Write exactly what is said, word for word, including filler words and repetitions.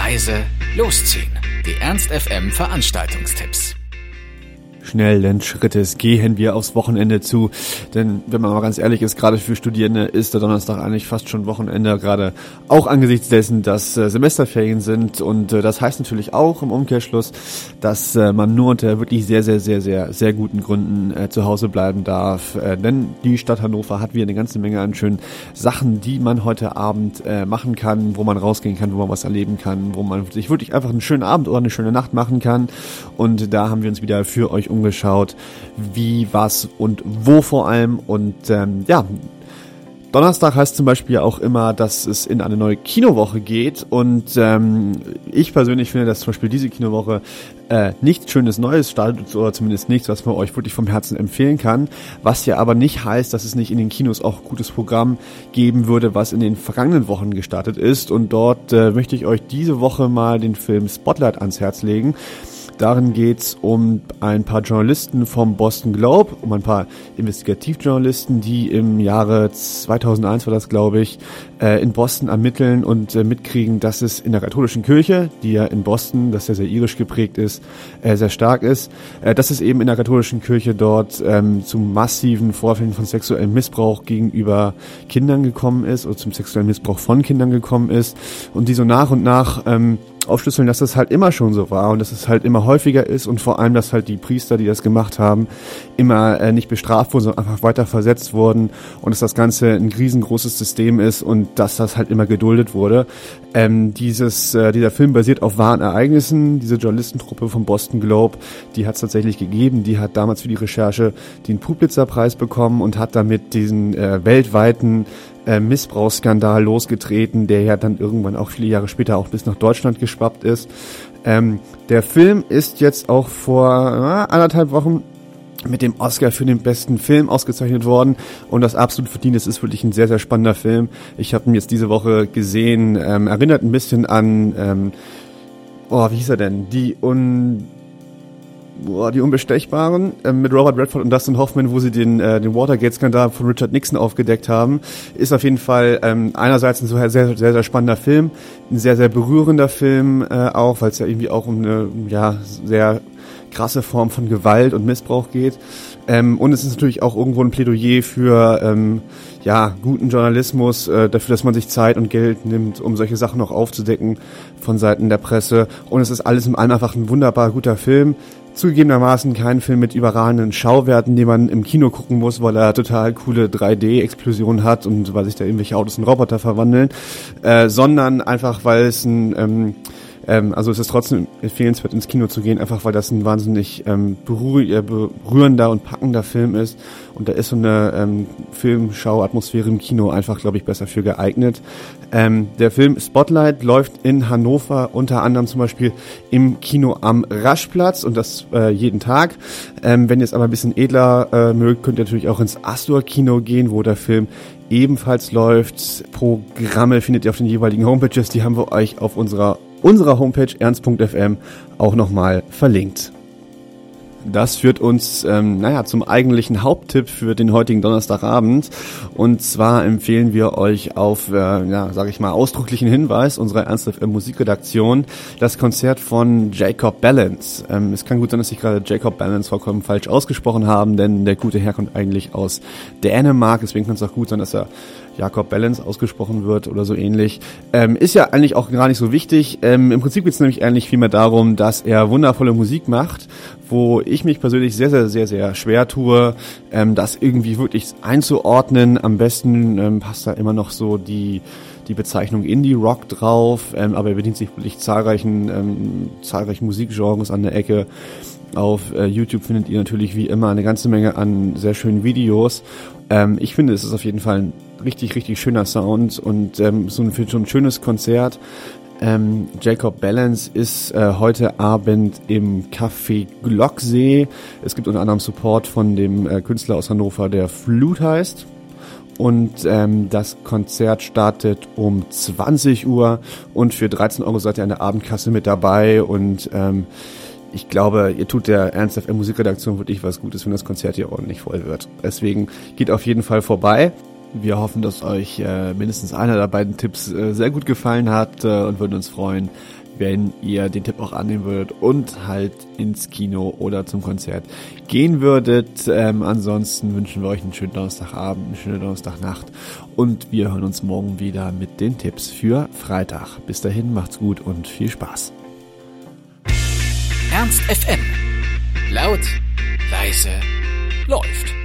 leise losziehen. Die Ernst F M Veranstaltungstipps. Schnellen Schrittes gehen wir aufs Wochenende zu, denn wenn man mal ganz ehrlich ist, gerade für Studierende ist der Donnerstag eigentlich fast schon Wochenende, gerade auch angesichts dessen, dass äh, Semesterferien sind und äh, das heißt natürlich auch im Umkehrschluss, dass äh, man nur unter wirklich sehr, sehr, sehr, sehr, sehr guten Gründen äh, zu Hause bleiben darf, äh, denn die Stadt Hannover hat wieder eine ganze Menge an schönen Sachen, die man heute Abend äh, machen kann, wo man rausgehen kann, wo man was erleben kann, wo man sich wirklich einfach einen schönen Abend oder eine schöne Nacht machen kann und da haben wir uns wieder für euch umgeschaut, wie, was und wo vor allem und ähm, ja, Donnerstag heißt zum Beispiel auch immer, dass es in eine neue Kinowoche geht und ähm, ich persönlich finde, dass zum Beispiel diese Kinowoche äh, nichts Schönes Neues startet oder zumindest nichts, was man euch wirklich vom Herzen empfehlen kann, was ja aber nicht heißt, dass es nicht in den Kinos auch gutes Programm geben würde, was in den vergangenen Wochen gestartet ist und dort äh, möchte ich euch diese Woche mal den Film Spotlight ans Herz legen. Darin geht's um ein paar Journalisten vom Boston Globe, um ein paar Investigativjournalisten, die im Jahre zweitausendeins war das, glaube ich, in Boston ermitteln und mitkriegen, dass es in der katholischen Kirche, die ja in Boston, das ja sehr irisch geprägt ist, sehr stark ist, dass es eben in der katholischen Kirche dort zu massiven Vorfällen von sexuellem Missbrauch gegenüber Kindern gekommen ist oder zum sexuellen Missbrauch von Kindern gekommen ist und die so nach und nach aufschlüsseln, dass das halt immer schon so war und dass es halt immer häufiger ist und vor allem, dass halt die Priester, die das gemacht haben, immer äh, nicht bestraft wurden, sondern einfach weiter versetzt wurden und dass das Ganze ein riesengroßes System ist und dass das halt immer geduldet wurde. Ähm, dieses, äh, dieser Film basiert auf wahren Ereignissen. Diese Journalistentruppe vom Boston Globe, die hat es tatsächlich gegeben. Die hat damals für die Recherche den Pulitzer-Preis bekommen und hat damit diesen äh, weltweiten Äh, Missbrauchsskandal losgetreten, der ja dann irgendwann auch viele Jahre später auch bis nach Deutschland geschwappt ist. Ähm, der Film ist jetzt auch vor äh, anderthalb Wochen mit dem Oscar für den besten Film ausgezeichnet worden und das absolut verdient. Es ist wirklich ein sehr, sehr spannender Film. Ich habe ihn jetzt diese Woche gesehen, ähm, erinnert ein bisschen an, ähm, oh, wie hieß er denn? Die un... Boah, die Unbestechbaren äh, mit Robert Redford und Dustin Hoffman, wo sie den äh, den Watergate-Skandal von Richard Nixon aufgedeckt haben, ist auf jeden Fall ähm, einerseits ein so sehr, sehr, sehr spannender Film, ein sehr, sehr berührender Film äh, auch, weil es ja irgendwie auch um eine ja sehr krasse Form von Gewalt und Missbrauch geht. Ähm, und es ist natürlich auch irgendwo ein Plädoyer für ähm, ja guten Journalismus, äh, dafür, dass man sich Zeit und Geld nimmt, um solche Sachen noch aufzudecken von Seiten der Presse. Und es ist alles in allem einfach ein wunderbar guter Film. Zugegebenermaßen kein Film mit überragenden Schauwerten, den man im Kino gucken muss, weil er total coole drei D-Explosionen hat und weil sich da irgendwelche Autos in Roboter verwandeln, äh, sondern einfach, weil es ein, ähm, ähm, also es ist trotzdem empfehlenswert, ins Kino zu gehen, einfach weil das ein wahnsinnig ähm, berühr- berührender und packender Film ist und da ist so eine ähm, Filmschauatmosphäre im Kino einfach, glaube ich, besser für geeignet. Ähm, der Film Spotlight läuft in Hannover unter anderem zum Beispiel im Kino am Raschplatz und das äh, jeden Tag. Ähm, wenn ihr es aber ein bisschen edler äh, mögt, könnt ihr natürlich auch ins Astor-Kino gehen, wo der Film ebenfalls läuft. Programme findet ihr auf den jeweiligen Homepages, die haben wir euch auf unserer unserer Homepage ernst punkt f m auch nochmal verlinkt. Das führt uns, ähm, naja, zum eigentlichen Haupttipp für den heutigen Donnerstagabend. Und zwar empfehlen wir euch auf, äh, ja, sage ich mal, ausdrücklichen Hinweis unserer Ernst F M Musikredaktion das Konzert von Jacob Balance. Ähm, es kann gut sein, dass ich gerade Jacob Balance vollkommen falsch ausgesprochen habe, denn der gute Herr kommt eigentlich aus Dänemark. Deswegen kann es auch gut sein, dass er Jacob Balance ausgesprochen wird oder so ähnlich. Ähm, ist ja eigentlich auch gar nicht so wichtig. Ähm, Im Prinzip geht es nämlich eigentlich vielmehr darum, dass er wundervolle Musik macht, wo ich mich persönlich sehr, sehr, sehr, sehr schwer tue, ähm, das irgendwie wirklich einzuordnen. Am besten ähm, passt da immer noch so die die Bezeichnung Indie-Rock drauf, ähm, aber er bedient sich wirklich zahlreichen, ähm, zahlreichen Musikgenres an der Ecke. Auf äh, YouTube findet ihr natürlich wie immer eine ganze Menge an sehr schönen Videos. Ähm, ich finde, es ist auf jeden Fall ein richtig, richtig schöner Sound und ähm, so ein, so ein schönes Konzert. Ähm, Jacob Balance ist äh, heute Abend im Café Glocksee. Es gibt unter anderem Support von dem äh, Künstler aus Hannover, der Flut heißt. Und ähm, das Konzert startet um zwanzig Uhr und für dreizehn Euro seid ihr an der Abendkasse mit dabei und ähm, ich glaube, ihr tut der Ernst F M Musikredaktion wirklich was Gutes, wenn das Konzert hier ordentlich voll wird. Deswegen geht auf jeden Fall vorbei. Wir hoffen, dass euch äh, mindestens einer der beiden Tipps äh, sehr gut gefallen hat äh, und würden uns freuen, wenn ihr den Tipp auch annehmen würdet und halt ins Kino oder zum Konzert gehen würdet. Ähm, ansonsten wünschen wir euch einen schönen Donnerstagabend, eine schöne Donnerstagnacht und wir hören uns morgen wieder mit den Tipps für Freitag. Bis dahin, macht's gut und viel Spaß. Ernst F M. Laut, leise, läuft.